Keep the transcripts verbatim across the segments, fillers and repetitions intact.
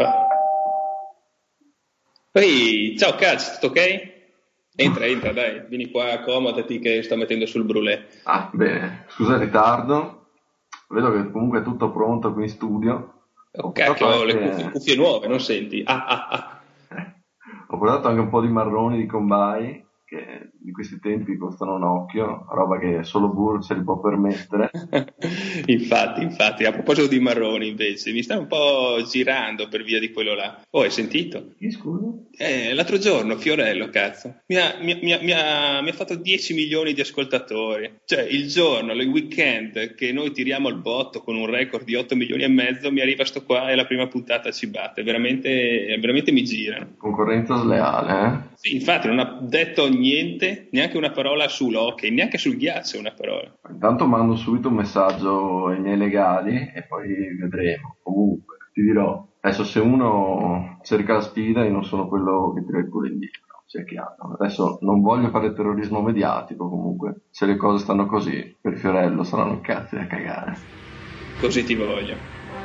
Ehi, ciao Caz, tutto ok? Entra, entra, dai, vieni qua, accomodati che sto mettendo sul brulè. Ah, bene, scusa il ritardo, vedo che comunque è tutto pronto qui in studio. Ho Oh portato cacchio, ho le cuffie, anche, cuffie nuove, non senti? Ah, ah, ah. ho portato anche un po' di marroni di Combai, che di questi tempi costano un occhio, roba che solo Burr se li può permettere. Infatti, infatti, a proposito di marroni invece, mi sta un po' girando per via di quello là. Oh, hai sentito? Chi scusa? Eh, l'altro giorno Fiorello, cazzo, mi ha, mi, mi ha- mi ha- mi ha fatto dieci milioni di ascoltatori. Cioè, il giorno, il weekend che noi tiriamo al botto con un record di otto milioni e mezzo, mi arriva sto qua e la prima puntata ci batte. Veramente, veramente mi girano. Concorrenza sleale, Sì, infatti non ha detto niente, neanche una parola sull'hockey, neanche sul ghiaccio una parola. eh? Intanto mando subito un messaggio ai miei legali e poi vedremo. Comunque, ti dirò, adesso se uno cerca la sfida io non sono quello che tira il culo indietro, sia chiaro. Adesso non voglio fare terrorismo mediatico, comunque, se le cose stanno così, per Fiorello saranno cazzi da cagare. Così ti voglio.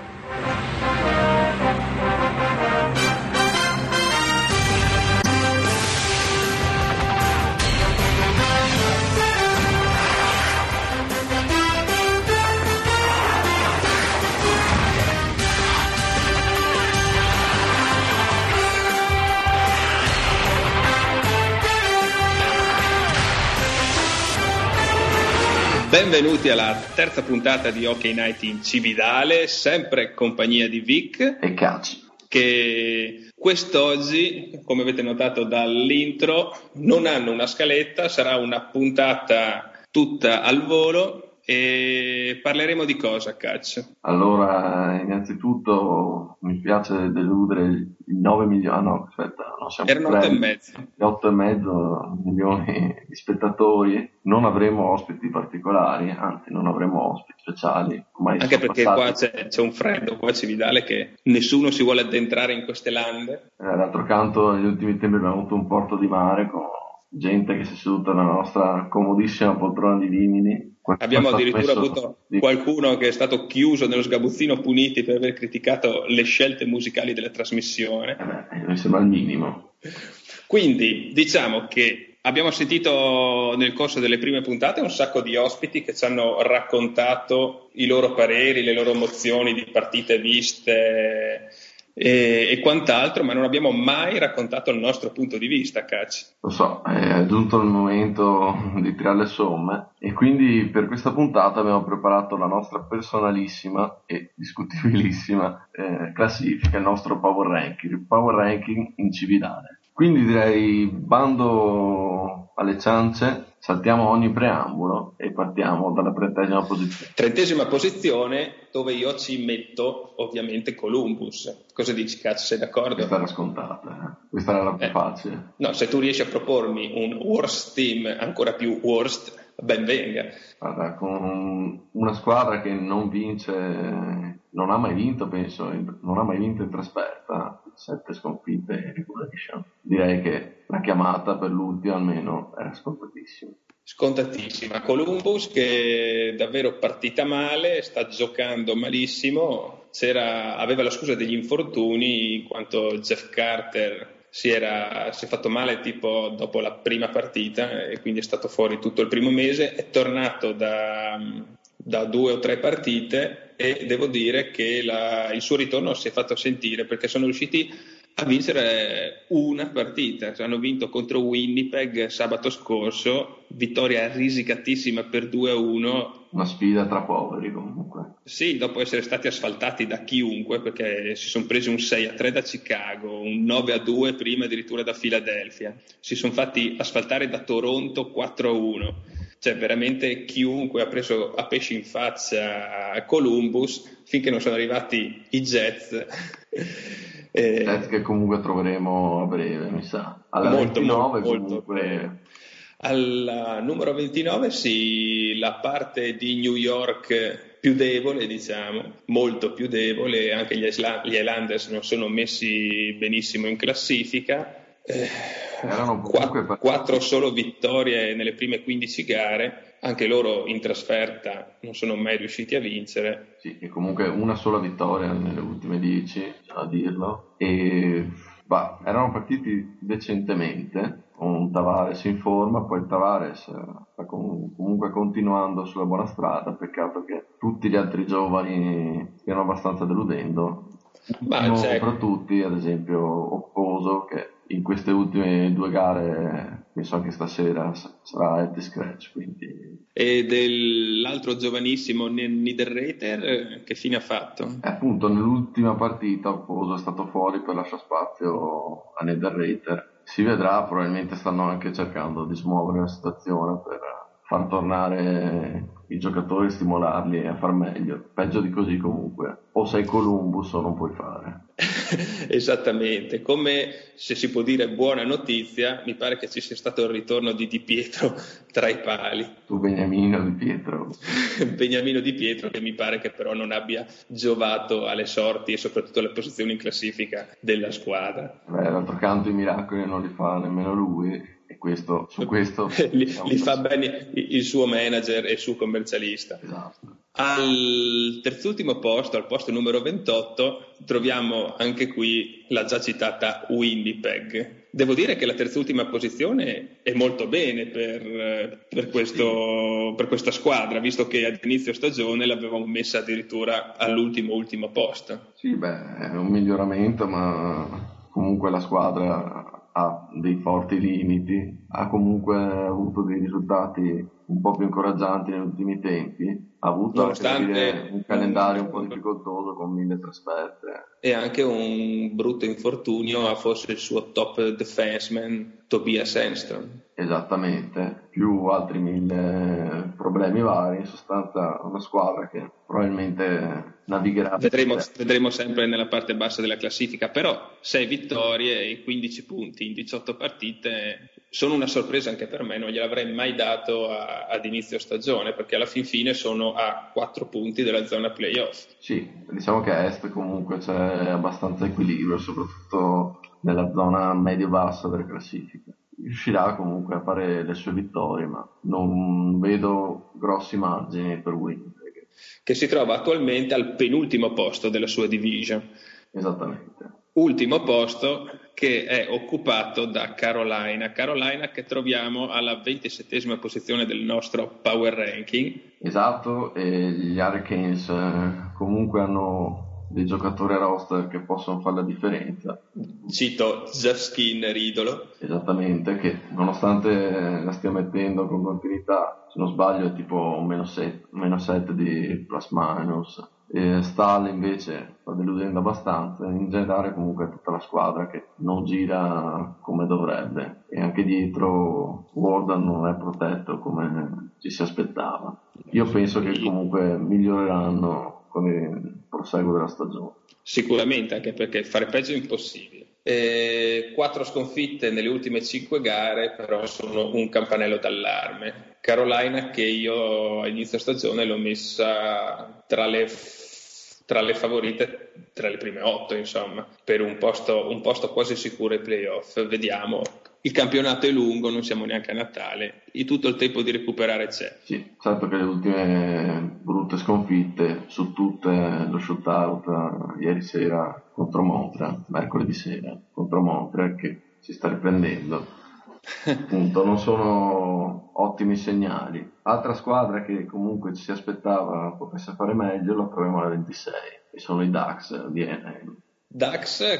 Benvenuti alla terza puntata di Hockey Night in Cividale, sempre in compagnia di Vic, E cazzi. che quest'oggi, come avete notato dall'intro, non hanno una scaletta, sarà una puntata tutta al volo e parleremo di cosa, cazzo? Allora, innanzitutto mi piace deludere i nove milioni, ah no, aspetta, no, siamo Erano otto e tre, mezzo. gli otto e mezzo milioni di spettatori. Non avremo ospiti particolari, anzi non avremo ospiti speciali, ormai Anche sono perché qua passati. c'è, c'è un freddo qua a Cividale che nessuno si vuole addentrare in queste lande. Eh, d'altro canto, negli ultimi tempi abbiamo avuto un porto di mare con gente che si è seduta nella nostra comodissima poltrona di Rimini. Qualcuno è Abbiamo stato addirittura messo avuto di... qualcuno che è stato chiuso nello sgabuzzino Puniti per aver criticato le scelte musicali della trasmissione. Eh beh, mi sembra il minimo. Quindi diciamo che abbiamo sentito nel corso delle prime puntate un sacco di ospiti che ci hanno raccontato i loro pareri, le loro emozioni di partite viste e, e quant'altro, ma non abbiamo mai raccontato il nostro punto di vista, Cacci. Lo so, è giunto il momento di tirare le somme e quindi per questa puntata abbiamo preparato la nostra personalissima e discutibilissima eh, classifica, il nostro power ranking, il power ranking in Cividale. Quindi direi bando alle ciance, saltiamo ogni preambolo e partiamo dalla trentesima posizione. Trentesima posizione dove io ci metto ovviamente Columbus. Cosa dici, cazzo, sei d'accordo? Questa era scontata, eh? Questa era la più Eh, facile. no, se tu riesci a propormi un worst team ancora più worst, ben venga. Guarda, con una squadra che non vince, non ha mai vinto, penso, in- non ha mai vinto in trasferta, sette sconfitte in regulation. Direi che la chiamata per l'ultima almeno era scontatissima. Scontatissima. Columbus che davvero partita male, sta giocando malissimo, c'era, aveva la scusa degli infortuni in quanto Jeff Carter si, era, si è fatto male tipo dopo la prima partita e quindi è stato fuori tutto il primo mese, è tornato da, da due o tre partite e devo dire che la, il suo ritorno si è fatto sentire perché sono riusciti a vincere una partita. Hanno vinto contro Winnipeg sabato scorso, vittoria risicatissima per due a uno. Una sfida tra poveri comunque. Sì, dopo essere stati asfaltati da chiunque, perché si sono presi un sei a tre da Chicago, un nove a due prima addirittura da Philadelphia, si sono fatti asfaltare da Toronto quattro a uno. Cioè veramente chiunque ha preso a pesci in faccia a Columbus finché non sono arrivati i Jets. Eh, Jets che comunque troveremo a breve, mi sa. Alla molto, ventinove molto, molto comunque... breve. Al numero ventinove sì, la parte di New York più debole, diciamo, molto più debole, anche gli, Isla- gli Islanders non sono messi benissimo in classifica. Eh, Erano comunque quattro solo vittorie nelle prime quindici gare, anche loro in trasferta non sono mai riusciti a vincere. Sì, e comunque una sola vittoria nelle ultime dieci, c'è da dirlo, e bah, erano partiti decentemente, con Tavares in forma, poi Tavares sta com- comunque continuando sulla buona strada, peccato che tutti gli altri giovani stiano abbastanza deludendo. Ma Ultimo c'è fra tutti, ad esempio, Opposo, che in queste ultime due gare, penso anche stasera, s- sarà head scratch, quindi... E dell'altro giovanissimo Niederreiter, eh, che fine ha fatto? E appunto nell'ultima partita Opposo è stato fuori per lasciare spazio a Niederreiter. Si vedrà, probabilmente stanno anche cercando di smuovere la situazione per far tornare i giocatori, stimolarli a far meglio. Peggio di così comunque, o sei Columbus o non puoi fare. Esattamente, come se si può dire buona notizia, mi pare che ci sia stato il ritorno di Di Pietro tra i pali. Tu Beniamino Di Pietro. Beniamino Di Pietro, che mi pare che però non abbia giovato alle sorti e soprattutto alle posizioni in classifica della squadra. Beh, d'altro canto i miracoli non li fa nemmeno lui, e questo, su questo li, diciamo li fa che- bene il suo manager e il suo commercialista. Esatto. Al terzultimo posto, al posto numero ventotto, troviamo anche qui la già citata Winnipeg. Devo dire che la terzultima posizione è molto bene per, per, questo, per questa squadra, visto che ad inizio stagione l'avevamo messa addirittura all'ultimo ultimo posto. Sì, beh, è un miglioramento, ma comunque la squadra ha dei forti limiti, ha comunque avuto dei risultati un po' più incoraggianti negli ultimi tempi, ha avuto anche da dire, un Nonostante calendario un po' difficoltoso con mille trasferte. e anche un brutto infortunio a forse il suo top defenseman Tobias Enstrom. Esattamente, più altri mille problemi vari, in sostanza una squadra che probabilmente navigherà. Vedremo, vedremo sempre nella parte bassa della classifica, però sei vittorie e quindici punti in diciotto partite sono una sorpresa anche per me, non gliel'avrei mai dato a, ad inizio stagione, perché alla fin fine sono a quattro punti dalla zona playoff. Sì, diciamo che a est comunque c'è abbastanza equilibrio, soprattutto nella zona medio-bassa delle classifiche. Riuscirà comunque a fare le sue vittorie, ma non vedo grossi margini per Winnipeg. Che si trova attualmente al penultimo posto della sua division. Esattamente. Ultimo posto che è occupato da Carolina, Carolina che troviamo alla ventisettesima posizione del nostro power ranking. Esatto, e gli Hurricanes eh, comunque hanno dei giocatori a roster che possono fare la differenza. Cito Jeff Skinner, idolo. Esattamente, che nonostante la stia mettendo con continuità, se non sbaglio è tipo meno sette di plus minus. E Stahl invece sta deludendo abbastanza, in generale comunque tutta la squadra che non gira come dovrebbe, e anche dietro Warden non è protetto come ci si aspettava. Io penso che comunque miglioreranno con il proseguo della stagione. Sicuramente, anche perché fare peggio è impossibile. E quattro sconfitte nelle ultime cinque gare, però sono un campanello d'allarme. Carolina che io a inizio stagione l'ho messa tra le, tra le favorite, tra le prime otto, insomma, per un posto, un posto quasi sicuro ai playoff. Vediamo. Il campionato è lungo, non siamo neanche a Natale, e tutto il tempo di recuperare c'è. Sì, certo che le ultime brutte sconfitte, su tutte lo shootout eh, ieri sera contro Montreal, mercoledì sera contro Montreal, che si sta riprendendo, appunto non sono ottimi segnali. Altra squadra che comunque ci si aspettava potesse fare meglio la troviamo alla ventisei, e sono i Ducks di Anaheim. Ducks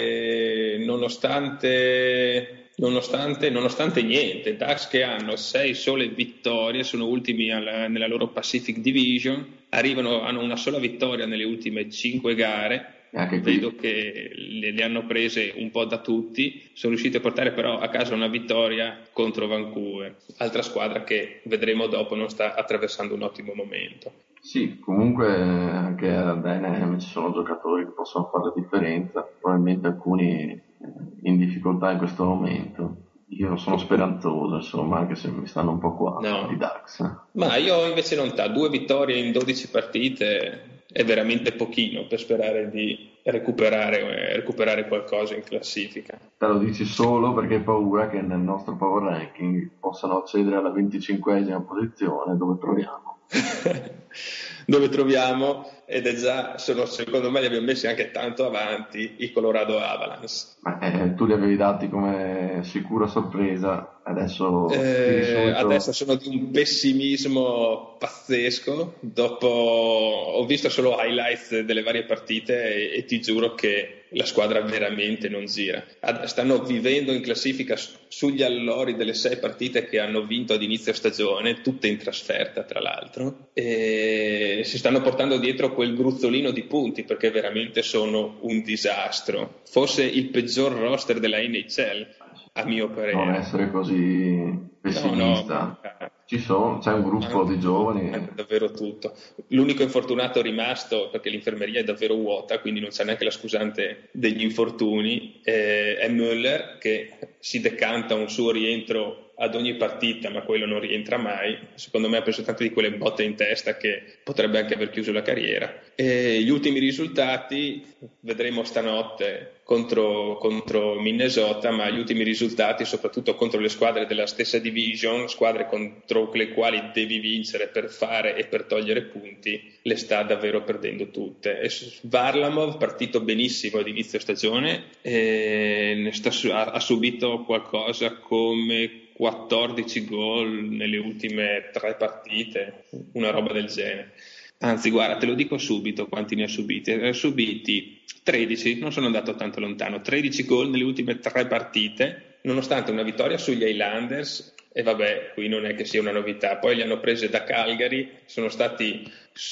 che nonostante... Nonostante, nonostante niente, Ducks che hanno sei sole vittorie, sono ultimi alla, nella loro Pacific Division, arrivano, hanno una sola vittoria nelle ultime cinque gare, E anche qui, vedo che le, le hanno prese un po' da tutti, sono riusciti a portare però a casa una vittoria contro Vancouver, altra squadra che vedremo dopo non sta attraversando un ottimo momento. sì, comunque anche ad Anaheim ci sono giocatori che possono fare la differenza, probabilmente alcuni in difficoltà in questo momento. Io sono speranzoso, insomma, anche se mi stanno un po' qua No. i Ducks. Ma io invece non ta, due vittorie in dodici partite è veramente pochino per sperare di, recuperare, recuperare qualcosa in classifica. Te lo dici solo perché hai paura che nel nostro power ranking possano accedere alla venticinquesima posizione, dove troviamo dove troviamo, ed è già, sono, secondo me li abbiamo messi anche tanto avanti, i Colorado Avalanche. Ma eh, tu li avevi dati come sicura sorpresa, adesso tiri Eh, subito. adesso sono di un pessimismo pazzesco. Dopo ho visto solo highlights delle varie partite e, e ti giuro che la squadra veramente non gira. Ad- stanno vivendo in classifica s- sugli allori delle sei partite che hanno vinto ad inizio stagione, tutte in trasferta tra l'altro, e si stanno portando dietro quel gruzzolino di punti perché veramente sono un disastro. Forse il peggior roster della N H L, a mio parere. Non essere così pessimista. No, no, Ci sono, c'è un gruppo manca di giovani. manca davvero tutto. L'unico infortunato rimasto, perché l'infermeria è davvero vuota, quindi non c'è neanche la scusante degli infortuni, eh, è Müller, che si decanta un suo rientro ad ogni partita, ma quello non rientra mai. Secondo me ha preso tante di quelle botte in testa che potrebbe anche aver chiuso la carriera. E gli ultimi risultati vedremo stanotte contro, contro Minnesota, ma gli ultimi risultati, soprattutto contro le squadre della stessa division, squadre contro le quali devi vincere per fare e per togliere punti, le sta davvero perdendo tutte. E Varlamov, partito benissimo ad inizio stagione, e ne sta, ha, ha subito qualcosa come quattordici gol nelle ultime tre partite, una roba del genere. Anzi, guarda, te lo dico subito quanti ne ha subiti. Ne ha subiti tredici, non sono andato tanto lontano, tredici gol nelle ultime tre partite, nonostante una vittoria sugli Highlanders, e vabbè, qui non è che sia una novità. Poi li hanno presi da Calgary, sono stati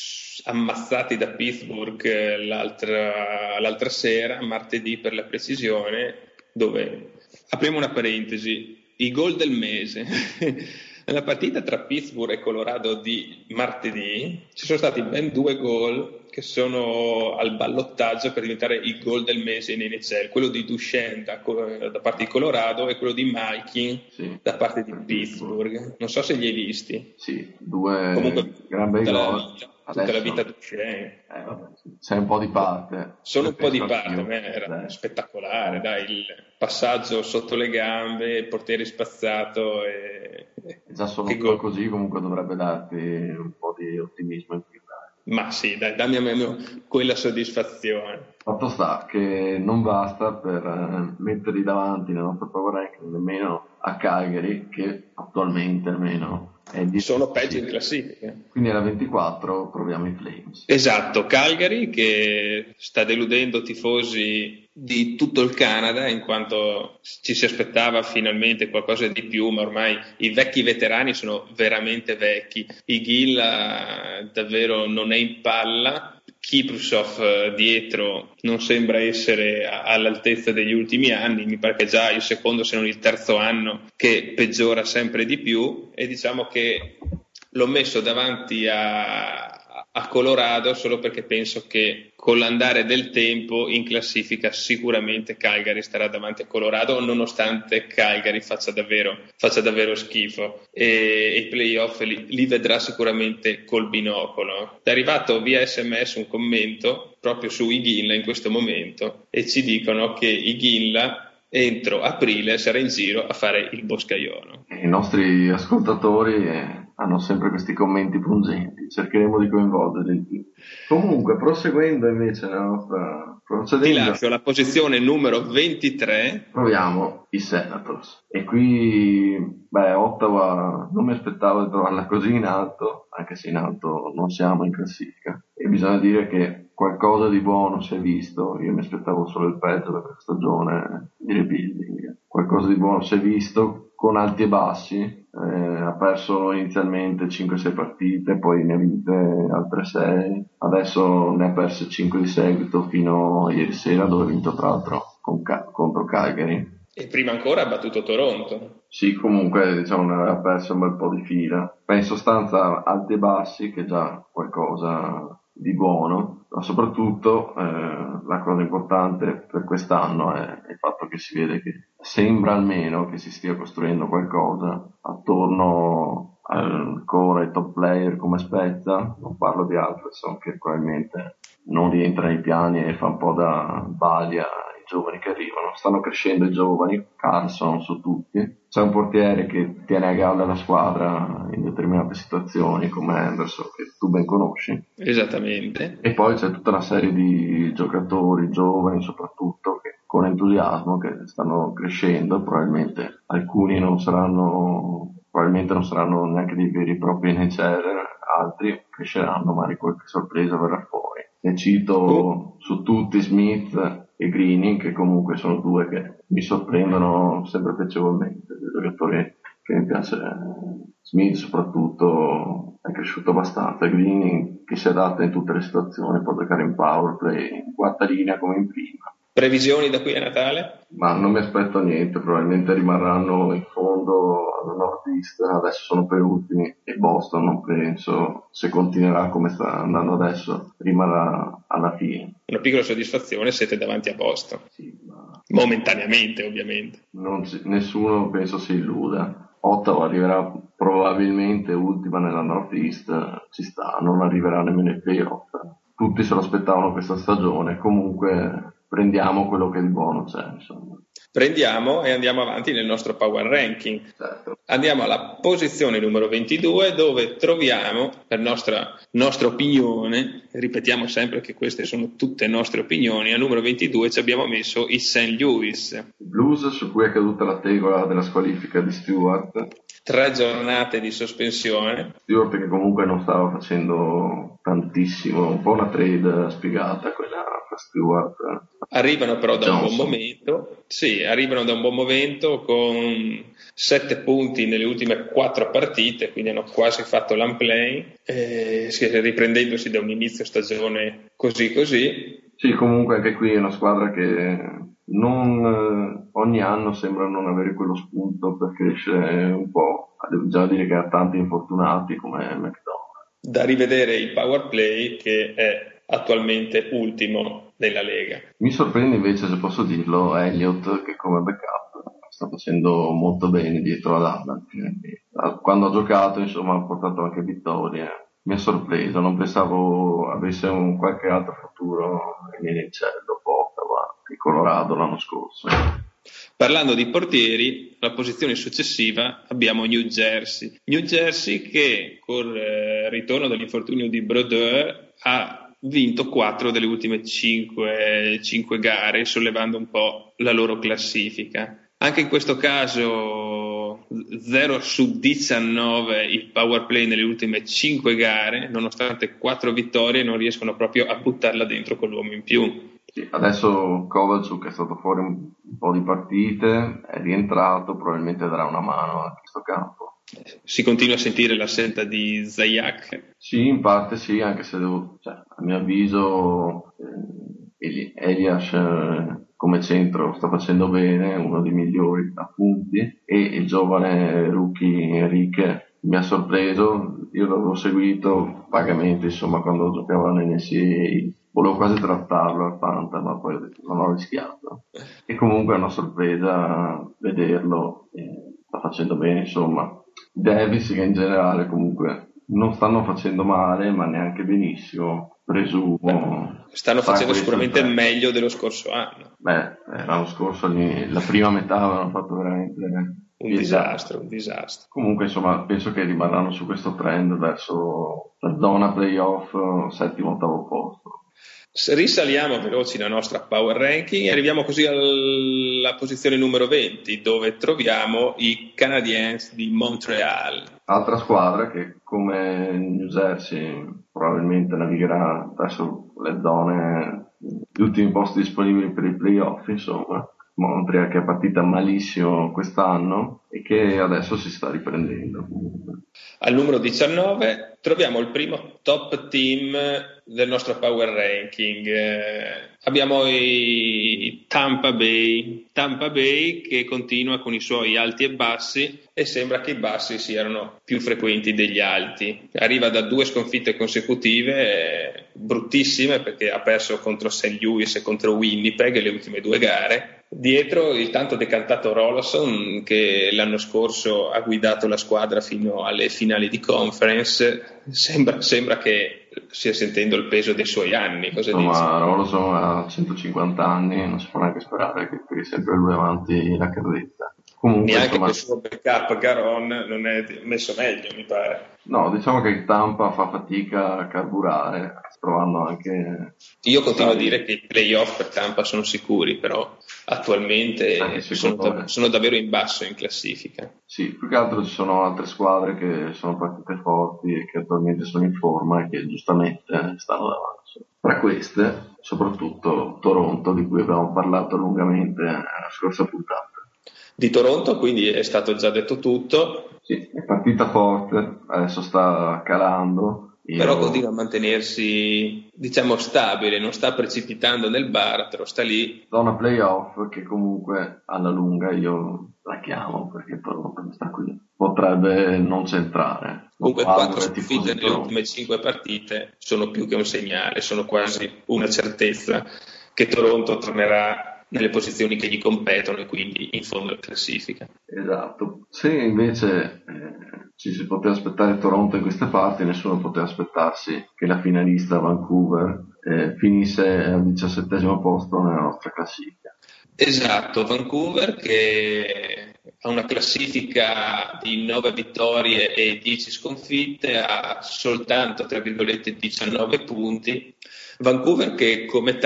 ammazzati da Pittsburgh l'altra, l'altra sera, martedì per la precisione, dove, apriamo una parentesi, i gol del mese. Nella partita tra Pittsburgh e Colorado di martedì ci sono stati ben due gol che sono al ballottaggio per diventare il gol del mese in N H L, quello di Duchenne da, da parte di Colorado e quello di Malkin Sì, da parte di per Pittsburgh. Pittsburgh. Non so se li hai visti. Sì, due Comunque gran bei tutta la gol. vita, tutta Adesso la vita Duchenne. eh, vabbè, c'è un po' di parte. Sono un po' di Penso parte, anch'io. a me era Eh, spettacolare, eh. dai, il passaggio sotto le gambe, il portiere spazzato e... Già solo che gol. così comunque dovrebbe darti un po' di ottimismo in più. Ma sì, dai, dammi almeno quella soddisfazione. Fatto sta che non basta per eh, metterli davanti nel nostro power ranking nemmeno a Calgary, che attualmente almeno è di Sono peggio in classifica. Quindi alla ventiquattro proviamo i Flames. Esatto, Calgary che sta deludendo tifosi di tutto il Canada, in quanto ci si aspettava finalmente qualcosa di più, ma ormai i vecchi veterani sono veramente vecchi. I Gill eh, davvero non è in palla. Kiprusoff eh, dietro non sembra essere a- all'altezza degli ultimi anni, mi pare che è già il secondo se non il terzo anno che peggiora sempre di più, e diciamo che l'ho messo davanti a, a Colorado solo perché penso che con l'andare del tempo in classifica sicuramente Calgary starà davanti a Colorado, nonostante Calgary faccia davvero, faccia davvero schifo, e, e i playoff li, li vedrà sicuramente col binocolo. È arrivato via S M S un commento proprio su Iginla in questo momento e ci dicono che Iginla entro aprile sarà in giro a fare il boscaiolo. I nostri ascoltatori eh, hanno sempre questi commenti pungenti, cercheremo di coinvolgerli. Comunque, proseguendo invece nella nostra Ti procedendo, lascio la posizione numero ventitré. proviamo i Senators. E qui, beh, Ottawa non mi aspettavo di trovarla così in alto, anche se in alto non siamo in classifica. E bisogna dire che qualcosa di buono si è visto. Io mi aspettavo solo il peggio da questa stagione di rebuilding. Qualcosa di buono si è visto, con alti e bassi. Eh, ha perso inizialmente cinque sei partite, poi ne ha vinte altre sei, adesso ne ha perse cinque di seguito fino a ieri sera, dove ha vinto tra l'altro con Ca- contro Calgary. E prima ancora ha battuto Toronto. Sì, comunque diciamo ne aveva perso un bel po' di fila. Beh, in sostanza alti e bassi, che è già qualcosa di buono, ma soprattutto eh, la cosa importante per quest'anno è il fatto che si vede che sembra almeno che si stia costruendo qualcosa attorno al core ai top player come Spezza. Non parlo di Alfredson, che probabilmente non rientra nei piani e fa un po' da baglia ai giovani che arrivano. Stanno crescendo i giovani, Carlson su tutti. C'è un portiere che tiene a galla la squadra in determinate situazioni, come Anderson, che tu ben conosci. Esattamente. E poi c'è tutta una serie di giocatori giovani soprattutto che con entusiasmo che stanno crescendo, probabilmente alcuni non saranno probabilmente non saranno neanche dei veri e propri N H L, altri cresceranno, magari qualche sorpresa verrà fuori. Ne cito oh. su tutti Smith e Greening, che comunque sono due che mi sorprendono sempre piacevolmente, dei giocatori che mi piace. Smith soprattutto è cresciuto abbastanza, Greening che si adatta in tutte le situazioni, può giocare in power play, in quarta linea come in prima. Previsioni da qui a Natale? Ma non mi aspetto niente, probabilmente rimarranno in fondo alla nord-est, adesso sono per ultimi, e Boston non penso, se continuerà come sta andando adesso, rimarrà alla fine. Una piccola soddisfazione, siete davanti a Boston. Sì, ma momentaneamente ovviamente. Non si, nessuno penso si illuda. Ottawa arriverà probabilmente ultima nella nord-est, ci sta, non arriverà nemmeno ai playoff. Tutti se lo aspettavano questa stagione, comunque prendiamo quello che di buono c'è, insomma. Prendiamo e andiamo avanti nel nostro power ranking. Certo. Andiamo alla posizione numero ventidue, dove troviamo, per nostra, nostra opinione, ripetiamo sempre che queste sono tutte nostre opinioni, al numero ventidue ci abbiamo messo i Saint Louis Blues, su cui è caduta la tegola della squalifica di Stewart. Tre giornate di sospensione. Stewart che comunque non stava facendo tantissimo, un po' una trade spiegata quella per Stewart. Arrivano però da Johnson. un buon momento, sì, arrivano da un buon momento con sette punti nelle ultime quattro partite, quindi hanno quasi fatto l'unplay, eh, riprendendosi da un inizio stagione così così. Sì, comunque anche qui è una squadra che non ogni anno sembra non avere quello spunto per crescere un po'. Devo già dire che ha tanti infortunati come McDonald. Da rivedere il power play che è attualmente ultimo nella Lega. Mi sorprende invece, se posso dirlo, Elliott che come backup sta facendo molto bene dietro ad Adam. Quando ha giocato, insomma, ha portato anche vittorie. Mi ha sorpreso, non pensavo avesse un qualche altro futuro in N H L dopo Ottawa e Colorado l'anno scorso. Parlando di portieri, la posizione successiva abbiamo New Jersey. New Jersey che col eh, ritorno dall'infortunio di Brodeur ha vinto quattro delle ultime cinque gare, sollevando un po' la loro classifica. Anche in questo caso zero su diciannove il power play nelle ultime cinque gare, nonostante quattro vittorie non riescono proprio a buttarla dentro con l'uomo in più. Sì, adesso Kovalchuk è stato fuori un, un po' di partite, è rientrato, probabilmente darà una mano a questo campo. Si continua a sentire l'assenza di Zajac? Sì, in parte sì, anche se devo, cioè, a mio avviso eh, Elias eh, come centro sta facendo bene, uno dei migliori a punti, e il giovane rookie Enrique mi ha sorpreso, io l'avevo seguito vagamente, insomma, quando giocavano in N C A A. Volevo quasi trattarlo al Fanta, ma poi non ho rischiato. E comunque è una sorpresa vederlo, eh, sta facendo bene, insomma. Davis, che in generale comunque non stanno facendo male, ma neanche benissimo, presumo. Stanno facendo sicuramente meglio dello scorso anno. Beh, l'anno scorso la prima metà avevano fatto veramente un disastro, un disastro. Comunque, insomma, penso che rimarranno su questo trend verso la zona playoff, settimo, ottavo posto. Risaliamo veloci la nostra power ranking e arriviamo così alla posizione numero venti, dove troviamo i Canadiens di Montreal. Altra squadra che, come New Jersey, probabilmente navigherà verso le zone, gli ultimi posti disponibili per i playoff, insomma. Montreal che è partita malissimo quest'anno e che adesso si sta riprendendo. Al numero diciannove troviamo il primo top team del nostro power ranking. Eh, abbiamo i Tampa Bay, Tampa Bay che continua con i suoi alti e bassi e sembra che i bassi siano più frequenti degli alti. Arriva da due sconfitte consecutive, eh, bruttissime, perché ha perso contro Saint Louis e contro Winnipeg le ultime due gare. Dietro il tanto decantato Rolson, che l'anno scorso ha guidato la squadra fino alle finali di conference, sembra, sembra che stia sentendo il peso dei suoi anni. Cosa Insomma, dici? Roloson ha centocinquanta anni, non si può neanche sperare che tiri sempre lui avanti la carretta. Comunque, Neanche insomma, il suo backup Garon non è messo meglio, mi pare. no, diciamo che il Tampa fa fatica a carburare, provando anche... Io continuo sai, a dire che i playoff per Tampa sono sicuri, però attualmente Anche sono, secondo da- me. sono davvero in basso in classifica. Sì, più che altro ci sono altre squadre che sono partite forti e che attualmente sono in forma e che giustamente stanno davanti. Tra queste, soprattutto Toronto, di cui abbiamo parlato lungamente nella scorsa puntata. Di Toronto quindi è stato già detto tutto, Sì, è partita forte, adesso sta calando. Io- però continua a mantenersi, diciamo, stabile, non sta precipitando nel baratro, sta lì. Zona playoff che comunque alla lunga io la chiamo perché Toronto mi sta qui. Potrebbe non centrare. Comunque Lo quattro auguro ai tifosi sconfitte di nelle Toronto. ultime cinque partite sono più che un segnale, sono quasi una certezza che Toronto tornerà nelle posizioni che gli competono e quindi in fondo alla classifica. Esatto. Se invece eh, ci si poteva aspettare Toronto in queste parti, nessuno poteva aspettarsi che la finalista Vancouver eh, finisse al diciassettesimo posto nella nostra classifica. Esatto, Vancouver che ha una classifica di nove vittorie e dieci sconfitte, ha soltanto, tra virgolette, diciannove punti. Vancouver che come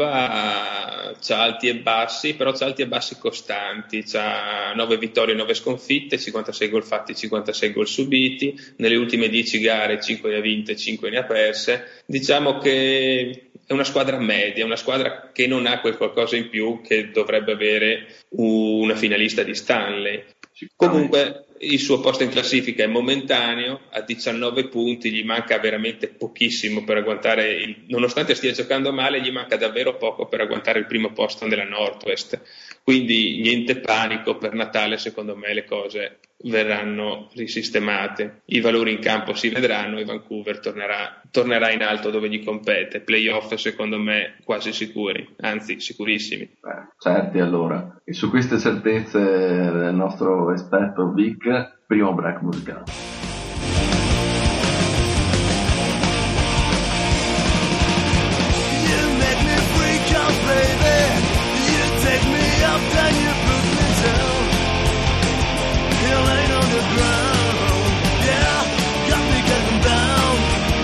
Tampa c'ha alti e bassi, però c'ha alti e bassi costanti, c'ha nove vittorie e nove sconfitte, cinquantasei gol fatti, cinquantasei gol subiti, nelle ultime dieci gare cinque ne ha vinte, cinque ne ha perse. Diciamo che è una squadra media, una squadra che non ha quel qualcosa in più che dovrebbe avere una finalista di Stanley. Comunque il suo posto in classifica è momentaneo, a diciannove punti, gli manca veramente pochissimo per agguantare, il, nonostante stia giocando male, gli manca davvero poco per agguantare il primo posto nella Northwest. Quindi niente panico, per Natale secondo me le cose verranno risistemate, i valori in campo si vedranno e Vancouver tornerà, tornerà in alto dove gli compete. Playoff secondo me quasi sicuri, anzi sicurissimi. Eh, certi allora. E su queste certezze del nostro esperto Vic, primo break musicale. You make me freak out, baby. You take me up, then you put me down. You lay on the ground, yeah, got me getting down.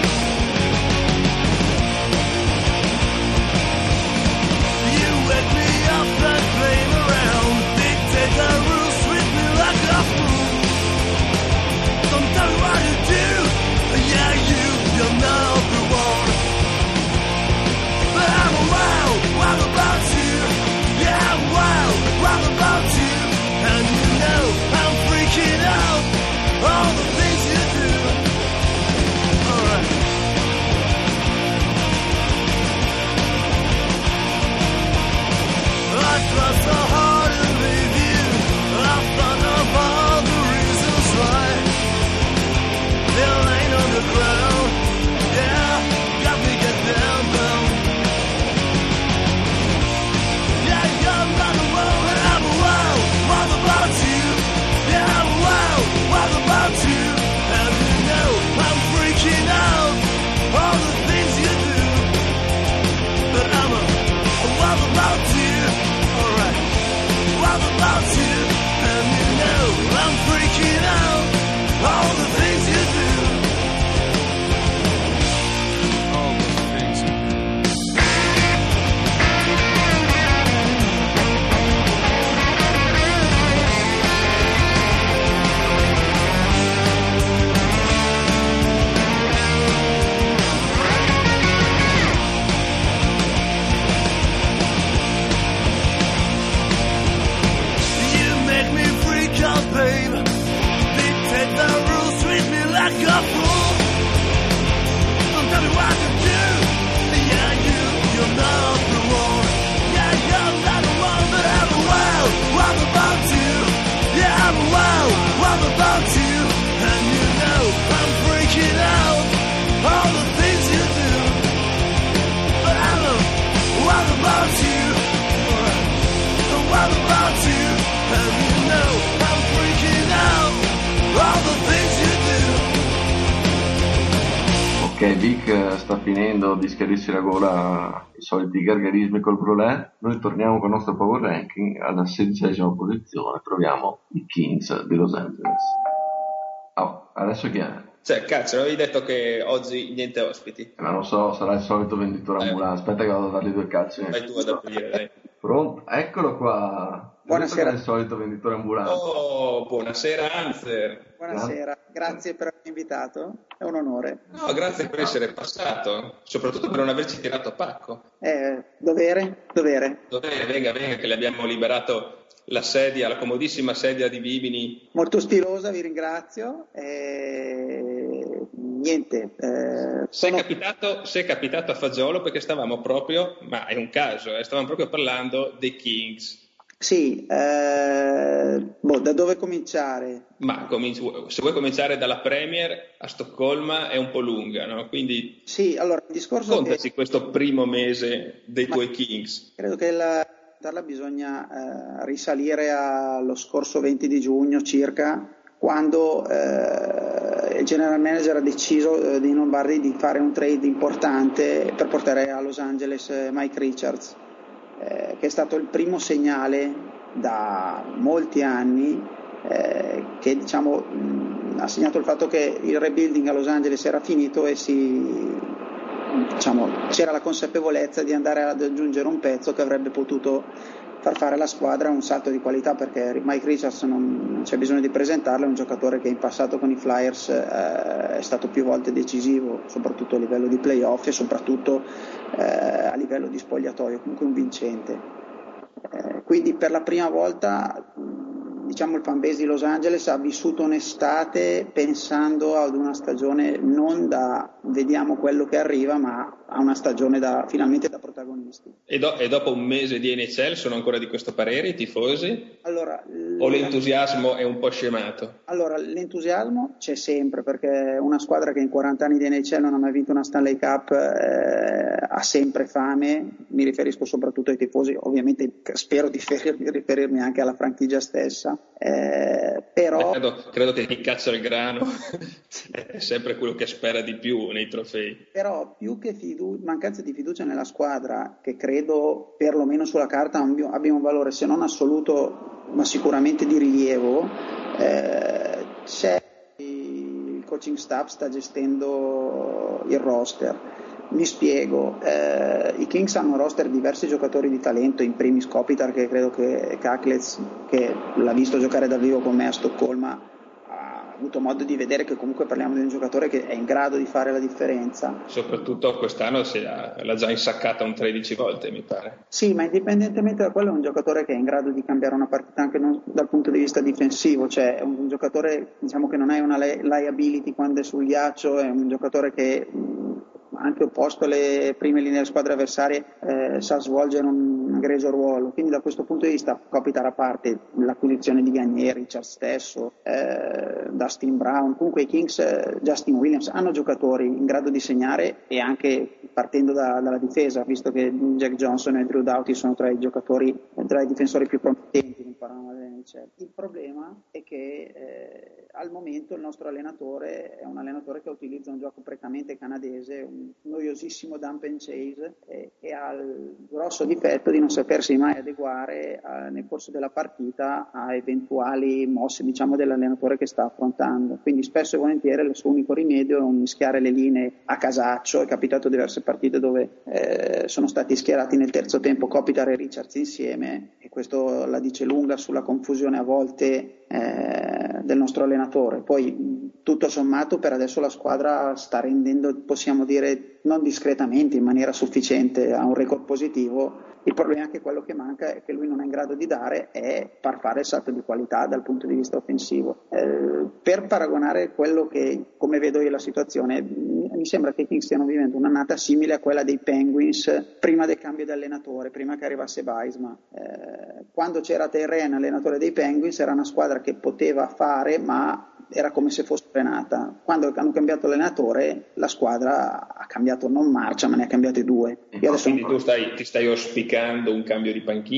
You wake me up and play me around. Dictate the rules, sweep me like a fool. Don't tell me what to do, yeah, you, you're number one. But I'm a wild, wild about you. Yeah, I'm wild, wild about you. And you know I'm freaking out. All the things you do. Alright. I tried so hard to leave you. I thought of all the reasons why. They're laying on the ground. Yeah, got me get down, down. Yeah, you're not the one, and I'm a wild, wild about you. Yeah, I'm wild, wild about you. And you know I'm freaking out. All the things you do. But I'm a, a wild about you. Alright. Ok, Vic sta finendo di schiarirsi la gola i soliti gargarismi col brulè. Noi torniamo con il nostro power ranking. Alla sedicesima posizione troviamo i Kings di Los Angeles. Oh, adesso chi è? Cioè, cazzo, avevi detto che oggi niente ospiti. Ma non so, sarà il solito venditore Eh. ambulante. Aspetta che vado a dargli due calci. Vai tu ad aprire, dai. Pronto? Eccolo qua. Buonasera. È il solito venditore ambulante. Oh, buonasera Anzer. Buonasera, grazie per avermi invitato, è un onore. No, grazie per essere passato, soprattutto per non averci tirato a pacco. Eh, dovere, dovere. Dov'è? Venga, venga, che le abbiamo liberato la sedia, la comodissima sedia di Bimini. Molto stilosa, vi ringrazio. Eh, niente. Eh, Se è sono... capitato, se è capitato a fagiolo perché stavamo proprio, ma è un caso, eh, stavamo proprio parlando dei Kings. Sì, eh, boh, da dove cominciare? Ma cominci- se vuoi cominciare dalla Premier a Stoccolma è un po' lunga, no? Quindi Sì, allora il discorso contaci che questo primo mese dei Ma- tuoi Kings. credo che la, parla bisogna eh, risalire allo scorso venti di giugno circa, quando eh, il general manager ha deciso eh, di Lombardi di fare un trade importante per portare a Los Angeles eh, Mike Richards, eh, che è stato il primo segnale da molti anni eh, che diciamo mh, ha segnato il fatto che il rebuilding a Los Angeles era finito e si, diciamo, c'era la consapevolezza di andare ad aggiungere un pezzo che avrebbe potuto far fare alla squadra un salto di qualità, perché Mike Richards non, non c'è bisogno di presentarlo, è un giocatore che in passato con i Flyers eh, è stato più volte decisivo, soprattutto a livello di playoff e soprattutto eh, a livello di spogliatoio, comunque un vincente. Eh, quindi per la prima volta diciamo il fanbase di Los Angeles ha vissuto un'estate pensando ad una stagione non da vediamo quello che arriva, ma a una stagione da, finalmente da protagonisti. E, do- e dopo un mese di N H L sono ancora di questo parere i tifosi? Allora, O l'entusiasmo è un po' scemato? Allora, l'entusiasmo c'è sempre, perché una squadra che in quaranta anni di N H L non ha mai vinto una Stanley Cup eh, ha sempre fame. Mi riferisco soprattutto ai tifosi, ovviamente spero di riferirmi, riferirmi anche alla franchigia stessa, eh, però... Credo, credo che chi caccia il grano è sempre quello che spera di più nei trofei. Però più che fidu- mancanza di fiducia nella squadra, che credo perlomeno sulla carta abbia abbia un valore se non assoluto ma sicuramente di rilievo, eh, c'è il coaching staff sta gestendo il roster. Mi spiego, eh, i Kings hanno un roster di diversi giocatori di talento, in primis Kopitar, che credo che Kaklez, che l'ha visto giocare dal vivo con me a Stoccolma, ha avuto modo di vedere che comunque parliamo di un giocatore che è in grado di fare la differenza. Soprattutto quest'anno si è, l'ha già insaccata un tredici volte, mi pare. Sì, ma indipendentemente da quello è un giocatore che è in grado di cambiare una partita anche non, dal punto di vista difensivo, cioè è un, un giocatore, diciamo, che non è una li- liability quando è sul ghiaccio, è un giocatore che mh, anche opposto alle prime linee delle squadre avversarie eh, sa svolgere un egregio ruolo, quindi da questo punto di vista Kopitar, a parte l'acquisizione di Gagné, Richard stesso, eh, Dustin Brown, comunque i Kings, eh, Justin Williams hanno giocatori in grado di segnare, e anche partendo da, dalla difesa, visto che Jack Johnson e Drew Doughty sono tra i giocatori, tra i difensori più promettenti nel panorama dell'N H L. Il problema è che eh, al momento il nostro allenatore è un allenatore che utilizza un gioco prettamente canadese, un noiosissimo dump and chase, e, e ha il grosso difetto di non sapersi mai adeguare eh, nel corso della partita a eventuali mosse, diciamo, dell'allenatore che sta affrontando. Quindi spesso e volentieri il suo unico rimedio è un mischiare le linee a casaccio. È capitato diverse partite dove eh, sono stati schierati nel terzo tempo Kopitar e Richards insieme, e questo la dice lunga sulla confusione a volte eh, del nostro allenatore. Poi tutto sommato per adesso la squadra sta rendendo, possiamo dire, non discretamente, in maniera sufficiente, a un record positivo. Il problema è che quello che manca e che lui non è in grado di dare è far fare il salto di qualità dal punto di vista offensivo. Eh, per paragonare quello che, come vedo io la situazione, mi sembra che i Kings stiano vivendo un'annata simile a quella dei Penguins prima del cambio di allenatore, prima che arrivasse Weissman. Eh, quando c'era Terren, allenatore dei Penguins, era una squadra che poteva fare, ma era come se fosse frenata. Quando hanno cambiato allenatore, la squadra ha cambiato non marcia, ma ne ha cambiate due. Io adesso Quindi tu stai, ti stai auspicando un cambio di panchina?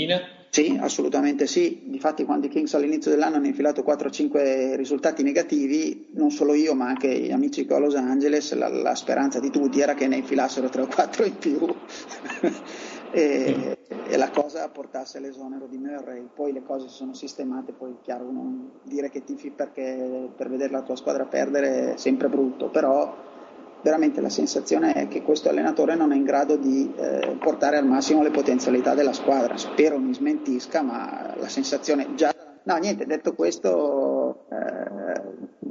Sì, assolutamente sì. Difatti quando i Kings all'inizio dell'anno hanno infilato quattro cinque risultati negativi, non solo io ma anche gli amici che ho a Los Angeles, la, la speranza di tutti era che ne infilassero tre o quattro in più e, e la cosa portasse all'esonero di Murray. Poi le cose si sono sistemate, poi è chiaro, non dire che tifi perché per vedere la tua squadra perdere è sempre brutto, però veramente la sensazione è che questo allenatore non è in grado di eh, portare al massimo le potenzialità della squadra. Spero mi smentisca, ma la sensazione già... No, niente, detto questo, eh,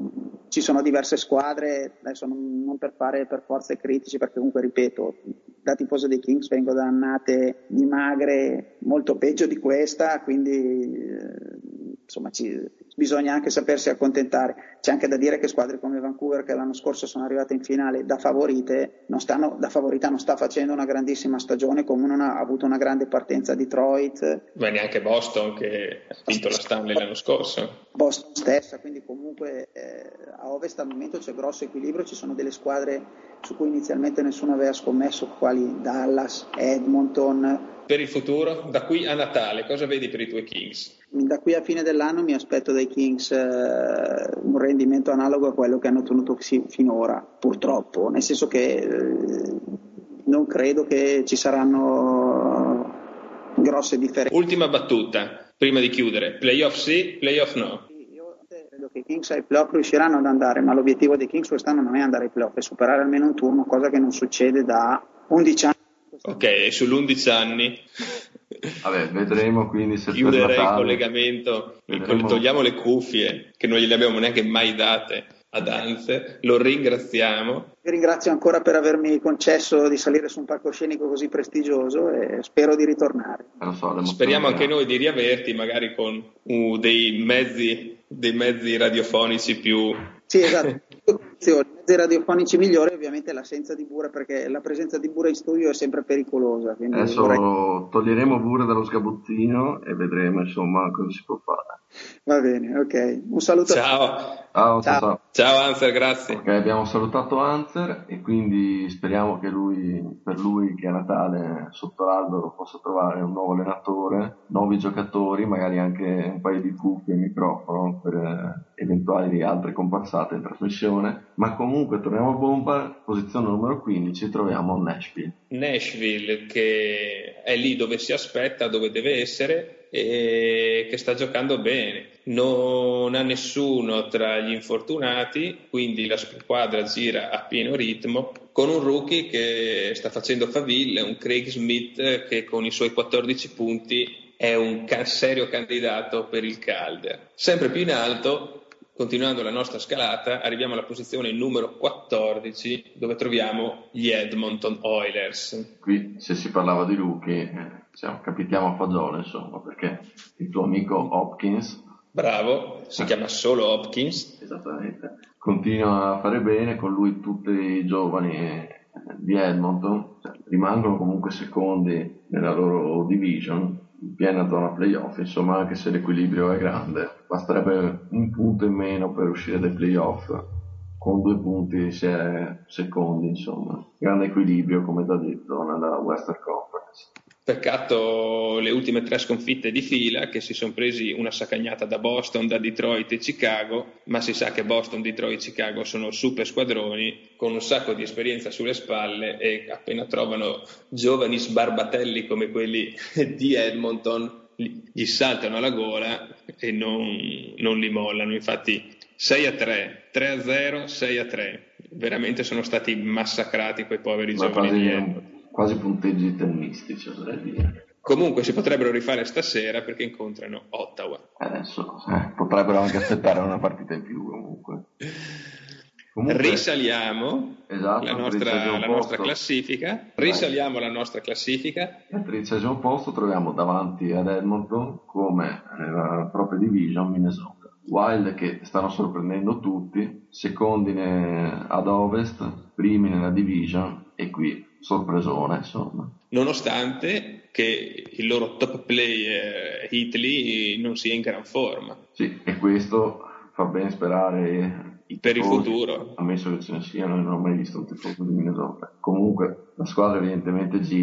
ci sono diverse squadre, adesso non, non per fare per forza critici, perché comunque, ripeto, da tifoso dei Kings vengo da annate di magre molto peggio di questa, quindi eh, insomma ci, bisogna anche sapersi accontentare. C'è anche da dire che squadre come Vancouver, che l'anno scorso sono arrivate in finale da favorite, non stanno, da favorita non sta facendo una grandissima stagione, come non ha avuto una grande partenza Detroit. Ma neanche Boston, che ha vinto la Stanley l'anno scorso. Boston stessa, quindi comunque eh, a Ovest al momento c'è grosso equilibrio, ci sono delle squadre su cui inizialmente nessuno aveva scommesso, quali Dallas, Edmonton. Per il futuro, da qui a Natale, cosa vedi per i tuoi Kings? Da qui a fine dell'anno mi aspetto dai Kings eh, un rendimento analogo a quello che hanno ottenuto finora, purtroppo, nel senso che eh, non credo che ci saranno grosse differenze. Ultima battuta, prima di chiudere, playoff sì, playoff no. Io credo che i Kings ai playoff riusciranno ad andare, ma l'obiettivo dei Kings quest'anno non è andare ai playoff, è superare almeno un turno, cosa che non succede da undici anni. Ok, e sull'undici anni vabbè, vedremo quindi se chiuderei per Natale, il collegamento, vedremo... togliamo le cuffie che non gliele abbiamo neanche mai date ad Anze, lo ringraziamo. Vi ringrazio ancora per avermi concesso di salire su un palcoscenico così prestigioso e spero di ritornare. lo so, speriamo anche noi di riaverti, magari con uh, dei mezzi dei mezzi radiofonici più... Sì, esatto. I mezzi radiofonici migliori ovviamente l'assenza di Bure, perché la presenza di Bure in studio è sempre pericolosa. Adesso vorrei... toglieremo Bure dallo sgabuzzino e vedremo insomma cosa si può fare. Va bene, ok. Un saluto. Ciao. Ciao, ciao. Ciao, ciao Anzer, grazie. Ok, abbiamo salutato Anzer e quindi speriamo che lui, per lui che a Natale sotto l'albero possa trovare un nuovo allenatore, nuovi giocatori, magari anche un paio di cuffie e microfono per eh, eventuali altre comparsate in trasmissione. Ma comunque torniamo a bomba, posizione numero quindici, troviamo Nashville. Nashville che è lì dove si aspetta, dove deve essere e che sta giocando bene, non ha nessuno tra gli infortunati, quindi la squadra gira a pieno ritmo con un rookie che sta facendo faville, un Craig Smith che con i suoi quattordici punti è un serio candidato per il Calder. Sempre più in alto, continuando la nostra scalata, arriviamo alla posizione numero quattordici, dove troviamo gli Edmonton Oilers. Qui, se si parlava di rookie, eh, siamo, capitiamo a fagiolo, insomma, perché il tuo amico Hopkins... Bravo, si chiama solo Hopkins. Esattamente. Continua a fare bene, con lui tutti i giovani di Edmonton, cioè, rimangono comunque secondi nella loro division, in piena zona playoff, insomma, anche se l'equilibrio è grande, basterebbe un punto in meno per uscire dai playoff, con due punti si è secondi, insomma, grande equilibrio come già detto nella Western Conference. Peccato le ultime tre sconfitte di fila, che si sono presi una saccagnata da Boston, da Detroit e Chicago, ma si sa che Boston, Detroit e Chicago sono super squadroni con un sacco di esperienza sulle spalle e appena trovano giovani sbarbatelli come quelli di Edmonton gli saltano alla gola e non, non li mollano. Infatti sei a tre, tre a zero, sei a tre, veramente sono stati massacrati quei poveri ma giovani di Edmonton. Quasi punteggi tennistici, oserei dire. Comunque si potrebbero rifare stasera perché incontrano Ottawa. Adesso eh, potrebbero anche aspettare una partita in più comunque. comunque risaliamo esatto, la, nostra, la nostra classifica. Risaliamo Vai. la nostra classifica. Al tredicesimo posto troviamo davanti ad Edmonton, come nella propria division, Minnesota. Wild che stanno sorprendendo tutti, secondi ad Ovest, primi nella division e qui sorpresone insomma. Nonostante che il loro top player Hitley non sia in gran forma. Sì, e questo fa ben sperare i per tifosi, il futuro. Ammesso che ce ne siano, non ho mai visto un tifoso di Minnesota. Comunque la squadra evidentemente gira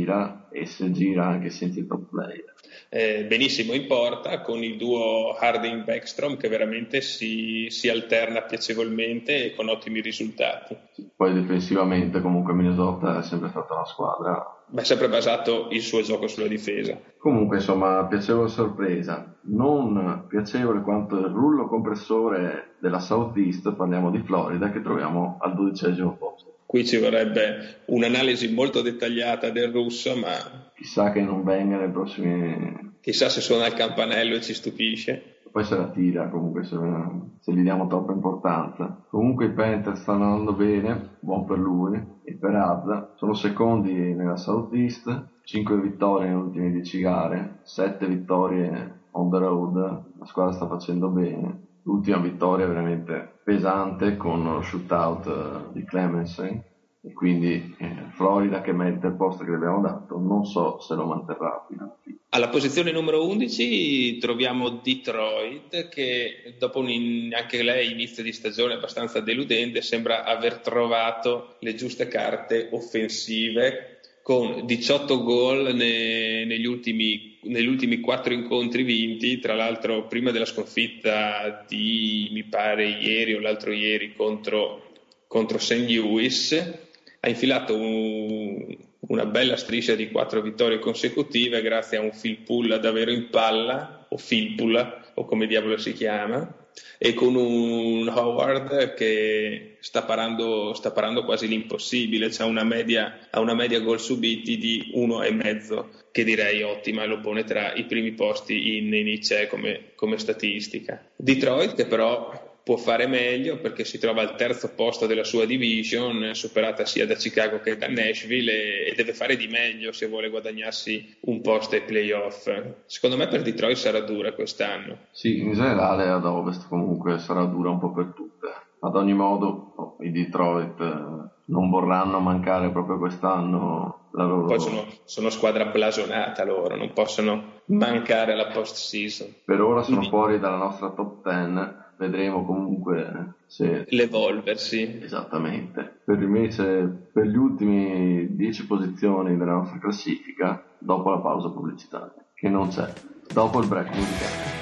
e si gira anche senza il top player. Eh, benissimo in porta con il duo Harding-Backstrom che veramente si, si alterna piacevolmente e con ottimi risultati. Poi difensivamente comunque Minnesota è sempre stata una squadra, ma è sempre basato il suo gioco sulla difesa. Comunque insomma piacevole sorpresa, non piacevole quanto il rullo compressore della Southeast, parliamo di Florida che troviamo al dodicesimo posto. Qui ci vorrebbe un'analisi molto dettagliata del russo, ma chissà che non venga nei prossimi... Chissà se suona il campanello e ci stupisce. Poi se la tira comunque se, se gli diamo troppa importanza. Comunque i Panthers stanno andando bene, buon per lui e per Azza. Sono secondi nella Southeast, cinque vittorie nelle ultime dieci gare, sette vittorie on the road, la squadra sta facendo bene. L'ultima vittoria è veramente pesante con lo shootout di Clemenson e quindi eh, Florida che merita il posto che le abbiamo dato, non so se lo manterrà fino alla fine. Alla posizione numero undici troviamo Detroit che dopo un in, anche lei inizio di stagione abbastanza deludente sembra aver trovato le giuste carte offensive con diciotto gol ne, negli ultimi negli ultimi quattro incontri vinti, tra l'altro prima della sconfitta di mi pare ieri o l'altro ieri contro, contro Saint Louis ha infilato un, una bella striscia di quattro vittorie consecutive grazie a un Phil Pull davvero in palla o Phil Pull o come diavolo si chiama e con un Howard che sta parando, sta parando quasi l'impossibile, c'ha una media, ha una media gol subiti di uno e mezzo che direi ottima e lo pone tra i primi posti in, in I C E come, come statistica. Detroit che però può fare meglio perché si trova al terzo posto della sua division, superata sia da Chicago che da Nashville e, e deve fare di meglio se vuole guadagnarsi un posto ai playoff. Secondo me per Detroit sarà dura quest'anno. Sì, in generale ad Ovest comunque sarà dura un po' per tutte. Ad ogni modo oh, i Detroit eh, non vorranno mancare proprio quest'anno la loro... Poi sono, sono squadra blasonata loro, non possono mancare alla post season. Per ora sono Quindi... fuori dalla nostra top dieci. Vedremo comunque se... l'evolversi. Esattamente. Per invece, per gli ultimi dieci posizioni della nostra classifica, dopo la pausa pubblicitaria, che non c'è, dopo il break musicale.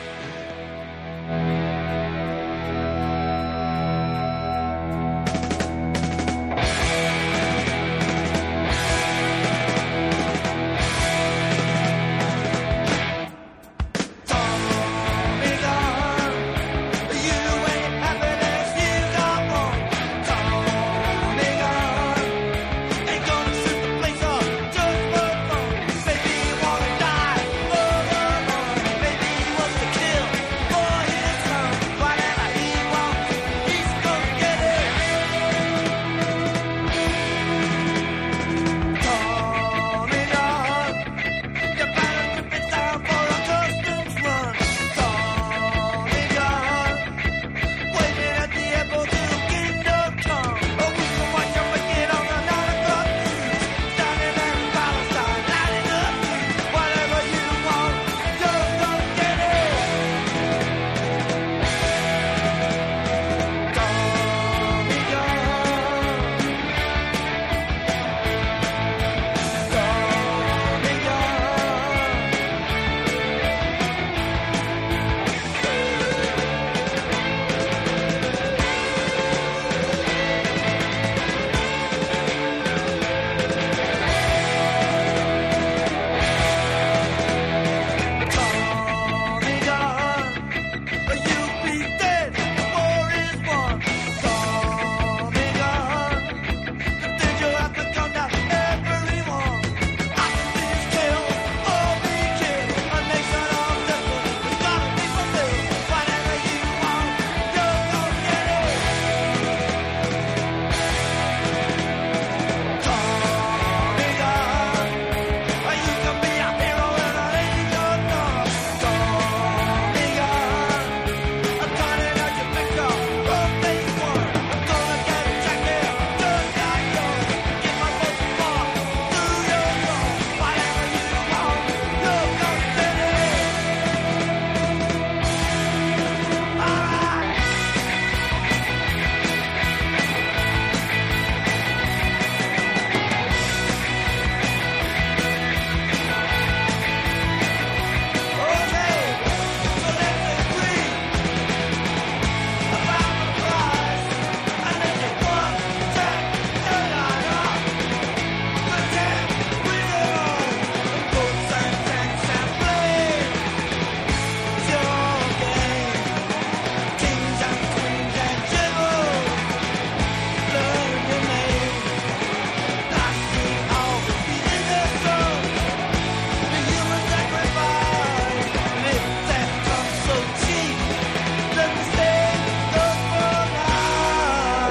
Die.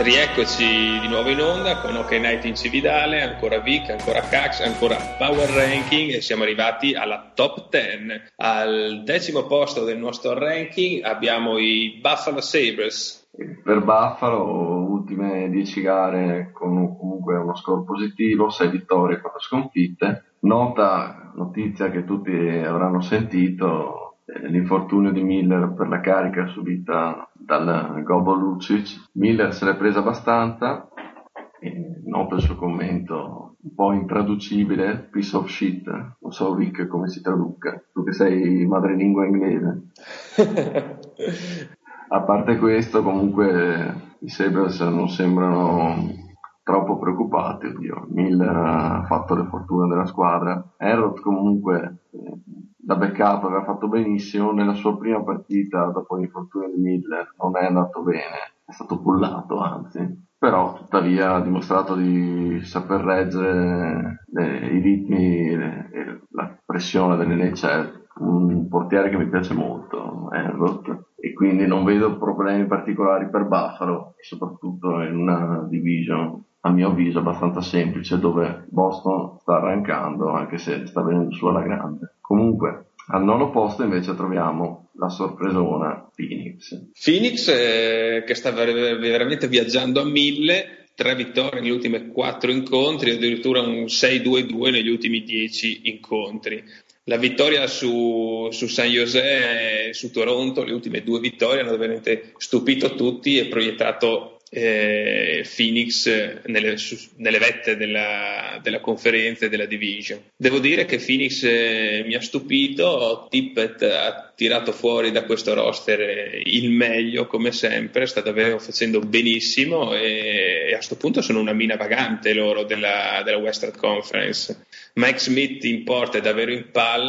Rieccoci di nuovo in onda con OK Night in Cividale, ancora Vic, ancora Cax, ancora Power Ranking e siamo arrivati alla top dieci. Al decimo posto del nostro ranking abbiamo i Buffalo Sabres. Per Buffalo, ultime dieci gare con comunque uno score positivo, sei vittorie, quattro sconfitte. Nota notizia che tutti avranno sentito, l'infortunio di Miller per la carica subita dal Gobo Lucic. Miller se l'è presa abbastanza, e noto il suo commento un po' intraducibile, piece of shit, non so Vic come si traduca, tu che sei madrelingua inglese. A parte questo, comunque i Sabres non sembrano troppo preoccupati. Oddio, Miller ha fatto le fortune della squadra. Herrod comunque eh, da backup aveva fatto benissimo. Nella sua prima partita dopo l'infortunio di Miller non è andato bene, è stato pullato anzi, però tuttavia ha dimostrato di saper reggere le, i ritmi e la pressione dell'N H L. Un portiere che mi piace molto, Herrod, e quindi non vedo problemi particolari per Buffalo, e soprattutto in una division a mio avviso abbastanza semplice, dove Boston sta arrancando anche se sta venendo su alla grande. Comunque al nono posto invece troviamo la sorpresona Phoenix. Phoenix eh, che sta ver- veramente viaggiando a mille, tre vittorie negli ultimi quattro incontri, addirittura un sei due due negli ultimi dieci incontri. La vittoria su, su San José e su Toronto, le ultime due vittorie, hanno veramente stupito tutti e proiettato eh, Phoenix nelle, su, nelle vette della, della conferenza e della division. Devo dire che Phoenix eh, mi ha stupito, Tippett ha tirato fuori da questo roster il meglio come sempre, sta davvero facendo benissimo e, e a questo punto sono una mina vagante loro della, della Western Conference. Mike Smith in porta è davvero in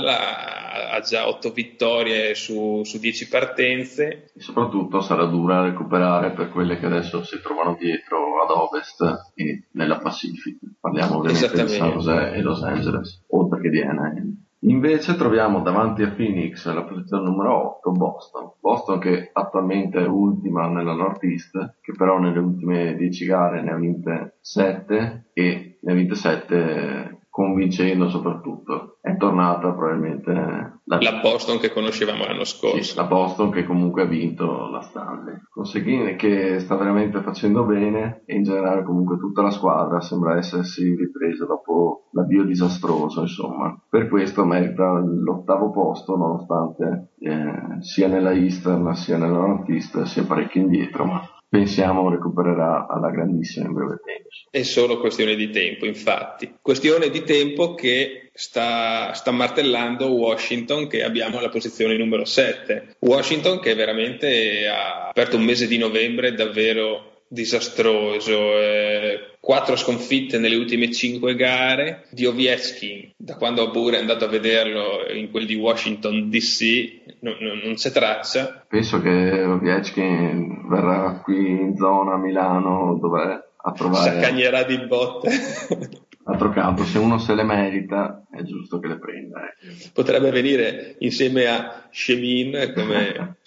palla, ha già otto vittorie su, su dieci partenze. E soprattutto sarà dura recuperare per quelle che adesso si trovano dietro ad Ovest e nella Pacific. Parliamo ovviamente di San José e Los Angeles, oltre che di Anaheim. Invece troviamo davanti a Phoenix la posizione numero otto Boston. Boston che attualmente è ultima nella Northeast, che però nelle ultime dieci gare ne ha vinte sette e ne ha vinte sette convincendo soprattutto. È tornata probabilmente la, la Boston che conoscevamo l'anno scorso. Sì, la Boston che comunque ha vinto la Stanley. Conseguine che sta veramente facendo bene e in generale comunque tutta la squadra sembra essersi ripresa dopo l'avvio disastroso, insomma. Per questo merita l'ottavo posto nonostante eh, sia nella Eastern sia nella Northeast sia parecchio indietro, ma pensiamo recupererà alla grandissima in breve tempo. È solo questione di tempo, infatti. Questione di tempo che sta, sta martellando Washington, che abbiamo alla posizione numero sette. Washington che veramente ha aperto un mese di novembre davvero disastroso, eh, quattro sconfitte nelle ultime cinque gare. Di Ovechkin, da quando Bure è andato a vederlo in quel di Washington D C, non, non, non c'è traccia. Penso che Ovechkin verrà qui in zona Milano, dov'è? A trovare, s'accagnerà di botte. Altro campo, se uno se le merita è giusto che le prenda. Eh. Potrebbe venire insieme a Shemin, come,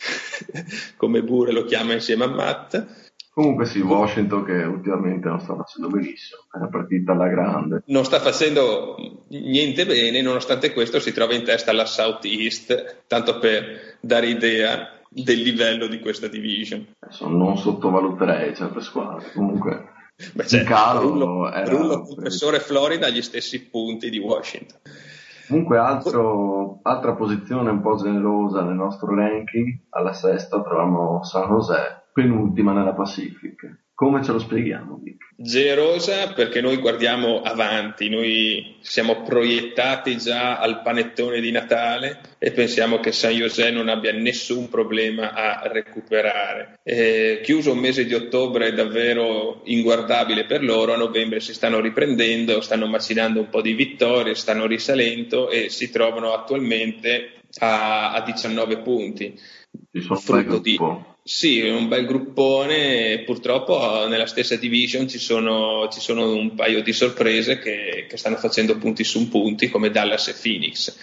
come Bure lo chiama insieme a Matt. Comunque sì, Washington che ultimamente non sta facendo benissimo, è una partita alla grande. Non sta facendo niente bene, nonostante questo si trova in testa alla Southeast, tanto per dare idea del livello di questa division. Adesso non sottovaluterei certe squadre, comunque Beh, c'è il calo Rullo, era... Rullo professore Florida agli stessi punti di Washington. Comunque altro, altra posizione un po' generosa nel nostro ranking, alla sesta troviamo San José, penultima nella Pacific. Come ce lo spieghiamo, Dick? Generosa perché noi guardiamo avanti, noi siamo proiettati già al panettone di Natale e pensiamo che San José non abbia nessun problema a recuperare. Eh, chiuso un mese di ottobre davvero inguardabile per loro, a novembre si stanno riprendendo, stanno macinando un po' di vittorie, stanno risalendo e si trovano attualmente a, a diciannove punti. Ci sono Frutto di... Sì, un bel gruppone. Purtroppo nella stessa division ci sono, ci sono un paio di sorprese che, che stanno facendo punti su punti, come Dallas e Phoenix.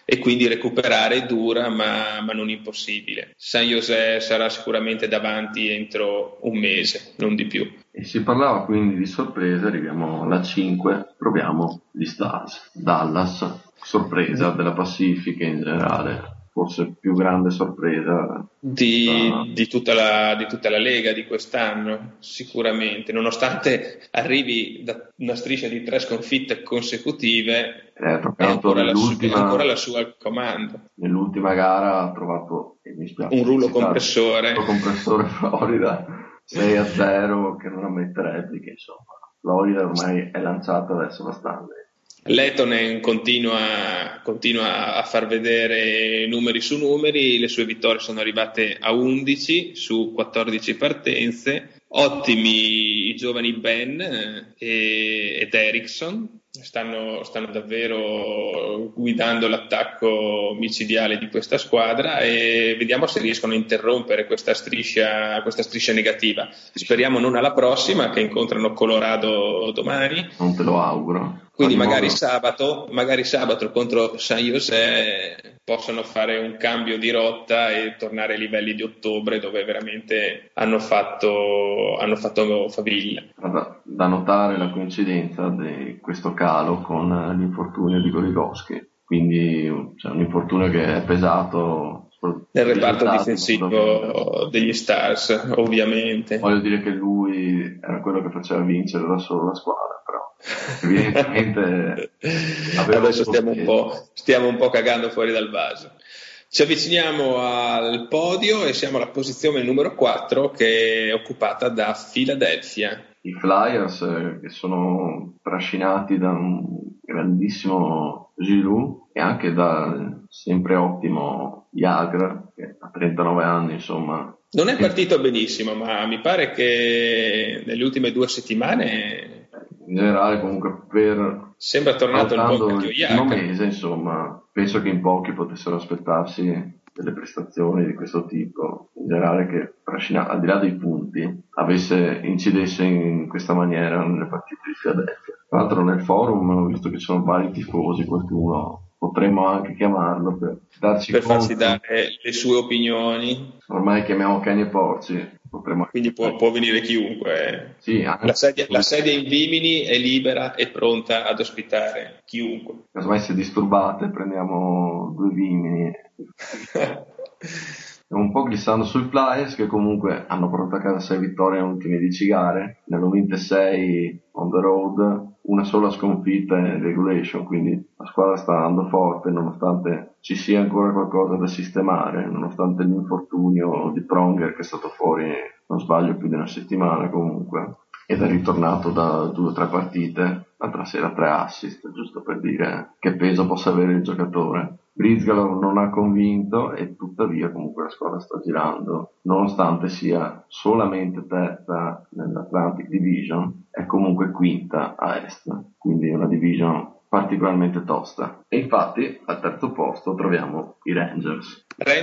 e quindi recuperare è dura ma, ma non impossibile. San José sarà sicuramente davanti entro un mese, non di più. E si parlava quindi di sorprese, arriviamo alla cinque, proviamo gli Stars. Dallas, sorpresa della Pacifica in generale, forse più grande sorpresa di, da... di, tutta la, di tutta la Lega di quest'anno, sicuramente, nonostante arrivi da una striscia di tre sconfitte consecutive, è, è ancora la, su, ancora la sua al comando. Nell'ultima gara ha trovato, e mi spiace, un rullo compressore, un compressore Florida sei a zero che non ammette repliche, insomma. Florida ormai è lanciata adesso bastante. Lehtonen continua, continua a far vedere numeri su numeri, le sue vittorie sono arrivate a undici su quattordici partenze, ottimi i giovani Ben e, ed Eriksson, stanno, stanno davvero guidando l'attacco micidiale di questa squadra e vediamo se riescono a interrompere questa striscia, questa striscia negativa. Speriamo non alla prossima, che incontrano Colorado domani. Non te lo auguro. Quindi magari sabato, magari sabato contro San José possono fare un cambio di rotta e tornare ai livelli di ottobre, dove veramente hanno fatto, hanno fatto favilla. Da, da notare la coincidenza di questo calo con l'infortunio di Goligoski, quindi cioè, un infortunio che è pesato nel reparto difensivo degli Stars, ovviamente. Voglio dire che lui era quello che faceva vincere da solo la squadra, però evidentemente adesso stiamo un, po', stiamo un po' cagando fuori dal vaso. Ci avviciniamo al podio e siamo alla posizione numero quattro, che è occupata da Philadelphia. I Flyers eh, che sono trascinati da un grandissimo Giroux e anche da sempre ottimo Jagr, che ha trentanove anni, insomma. Non è partito benissimo, ma mi pare che nelle ultime due settimane in generale comunque per sembra tornato il buon vecchio Jagr. Un mese, insomma, penso che in pochi potessero aspettarsi delle prestazioni di questo tipo, in generale che trascina, al di là dei punti, avesse incidesse in questa maniera nelle partite di Philadelphia. Tra l'altro nel forum ho visto che ci sono vari tifosi, qualcuno potremmo anche chiamarlo per darci per conto, farci dare le sue opinioni. Ormai chiamiamo cani e porci. Potremmo... Quindi può, può venire chiunque. Sì, anche... la, sedia, la sedia in Vimini è libera e pronta ad ospitare chiunque. Casomai se disturbate prendiamo due Vimini. Un po' glissando sui Flyers, che comunque hanno portato a casa sei vittorie nelle ultime dieci gare, ne hanno vinte sei on the road, una sola sconfitta in regulation, quindi la squadra sta andando forte nonostante ci sia ancora qualcosa da sistemare, nonostante l'infortunio di Pronger che è stato fuori, non sbaglio, più di una settimana comunque, ed è ritornato da due o tre partite, l'altra sera tre assist, giusto per dire che peso possa avere il giocatore. Brizgalov non ha convinto e tuttavia comunque la squadra sta girando, nonostante sia solamente terza nell'Atlantic Division, è comunque quinta a est, quindi è una division particolarmente tosta. E infatti al terzo posto troviamo i Rangers.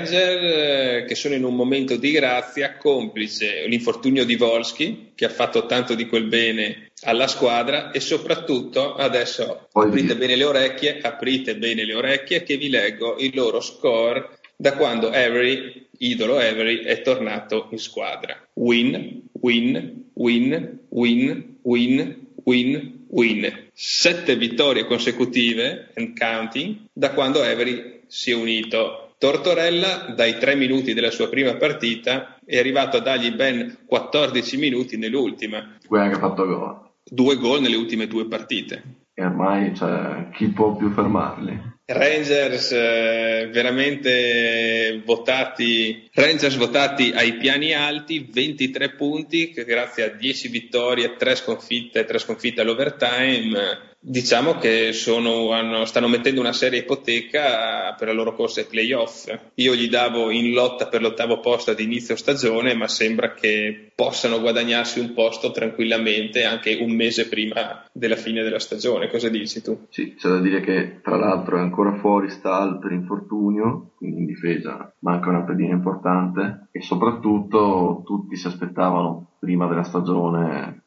Ranger che sono in un momento di grazia, complice l'infortunio di Volsky, che ha fatto tanto di quel bene alla squadra, e soprattutto adesso Poi aprite dire. bene le orecchie, aprite bene le orecchie che vi leggo il loro score da quando Avery, idolo Avery, è tornato in squadra. Win, win, win, win, win, win, win. Sette vittorie consecutive, and counting, da quando Avery si è unito. Tortorella, dai tre minuti della sua prima partita, è arrivato a dargli ben quattordici minuti nell'ultima. Quello che ha fatto gol. Due gol nelle ultime due partite. E ormai, cioè, chi può più fermarli? Rangers eh, veramente votati Rangers votati ai piani alti, ventitré punti, che grazie a dieci vittorie, tre sconfitte, tre sconfitte all'overtime, diciamo che sono, hanno, stanno mettendo una seria ipoteca per la loro corsa ai playoff. Io gli davo in lotta per l'ottavo posto ad inizio stagione, ma sembra che possano guadagnarsi un posto tranquillamente anche un mese prima della fine della stagione. Cosa dici tu? Sì, c'è da dire che tra l'altro è ancora fuori Stahl per infortunio, quindi in difesa manca una pedina importante, e soprattutto tutti si aspettavano prima della stagione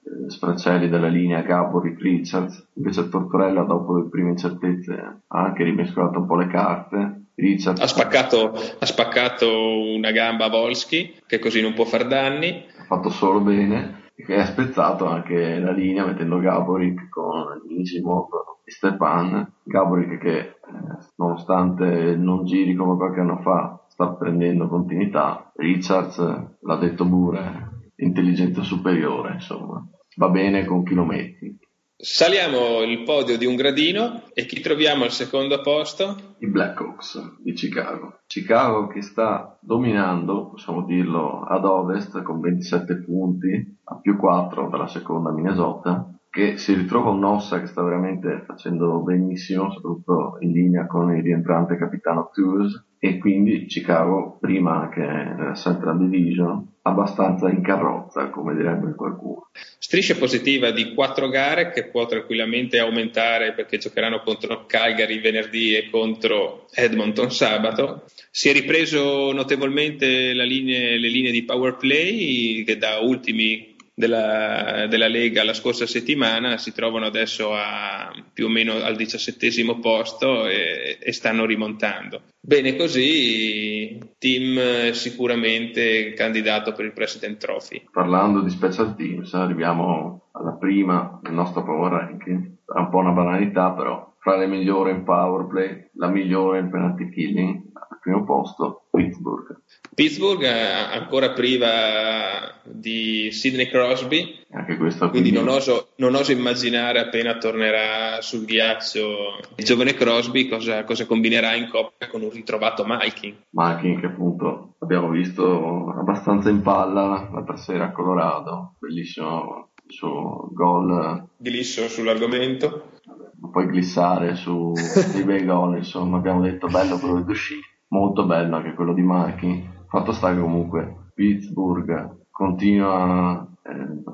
eh, sfracelli della linea Gaborik Richards. Invece Tortorella, dopo le prime incertezze, ha anche rimescolato un po' le carte. Richards ha spaccato, ha spaccato una gamba a Volsky, che così non può far danni. Ha fatto solo bene, e ha spezzato anche la linea mettendo Gaborik con Nisimov e Stepan. Gaborik che eh, nonostante non giri come qualche anno fa sta prendendo continuità. Richards, l'ha detto pure, intelligenza superiore, insomma, va bene con chilometri. Saliamo il podio di un gradino e chi troviamo al secondo posto? I Blackhawks di Chicago. Chicago che sta dominando, possiamo dirlo, ad ovest con ventisette punti, a più quattro dalla seconda Minnesota, che si ritrova un Nossa che sta veramente facendo benissimo, soprattutto in linea con il rientrante capitano Tours, e quindi Chicago, prima anche nella Central Division, abbastanza in carrozza, come direbbe qualcuno. Striscia positiva di quattro gare che può tranquillamente aumentare perché giocheranno contro Calgary venerdì e contro Edmonton sabato. Si è ripreso notevolmente la linee, le linee di power play che da ultimi della, della Lega la scorsa settimana si trovano adesso a più o meno al diciassettesimo posto e, e stanno rimontando. Bene così, team sicuramente candidato per il President Trophy. Parlando di special teams, arriviamo alla prima del nostro power ranking. È un po' una banalità, però fra le migliori in power play, la migliore in penalty killing, al primo posto Pittsburgh. Pittsburgh ancora priva di Sidney Crosby, anche questo quindi non oso, non oso immaginare appena tornerà sul ghiaccio il giovane Crosby cosa, cosa combinerà in coppia con un ritrovato Malkin. Malkin che appunto abbiamo visto abbastanza in palla l'altra sera a Colorado, bellissimo il suo gol. Glisso sull'argomento. Non puoi glissare su dei bei gol, insomma abbiamo detto bello quello di Duchy, molto bello anche quello di Malkin. Fatto sta che comunque Pittsburgh continua eh,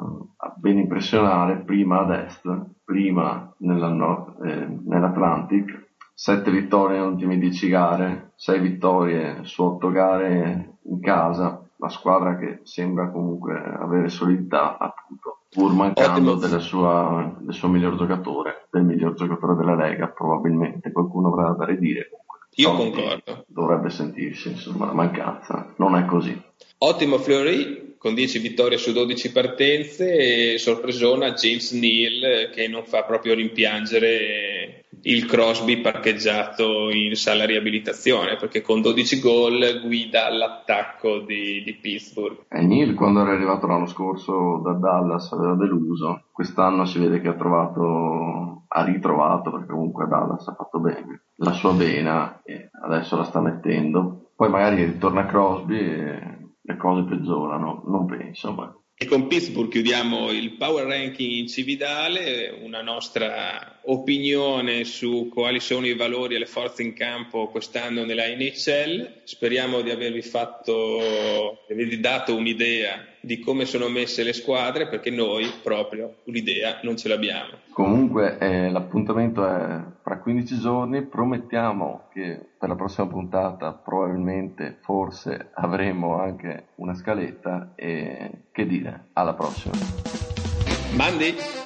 a ben impressionare, prima ad est, prima nella no, eh, nell'Atlantic, sette vittorie nelle ultime dieci gare, sei vittorie su otto gare in casa, la squadra che sembra comunque avere solidità appunto, pur mancando della sua, del suo miglior giocatore, del miglior giocatore della Lega, probabilmente qualcuno avrà da ridire. Io concordo. Dovrebbe sentirsi, insomma, la mancanza. Non è così. Ottimo Fleury, con dieci vittorie su dodici partenze, e sorpresona James Neal, che non fa proprio rimpiangere il Crosby parcheggiato in sala riabilitazione, perché con dodici gol guida l'attacco di, di Pittsburgh. E Neal, quando era arrivato l'anno scorso da Dallas, aveva deluso. Quest'anno si vede che ha trovato, ha ritrovato, perché comunque Dallas ha fatto bene, la sua vena e adesso la sta mettendo. Poi magari ritorna Crosby e le cose peggiorano, non penso. Ma... E con Pittsburgh chiudiamo il power ranking in Cividale, una nostra opinione su quali sono i valori e le forze in campo quest'anno nella N H L. Speriamo di avervi fatto, di avervi dato un'idea di come sono messe le squadre, perché noi proprio un'idea non ce l'abbiamo. Comunque eh, l'appuntamento è fra quindici giorni, promettiamo che per la prossima puntata probabilmente, forse avremo anche una scaletta e che dire, alla prossima. Mandi!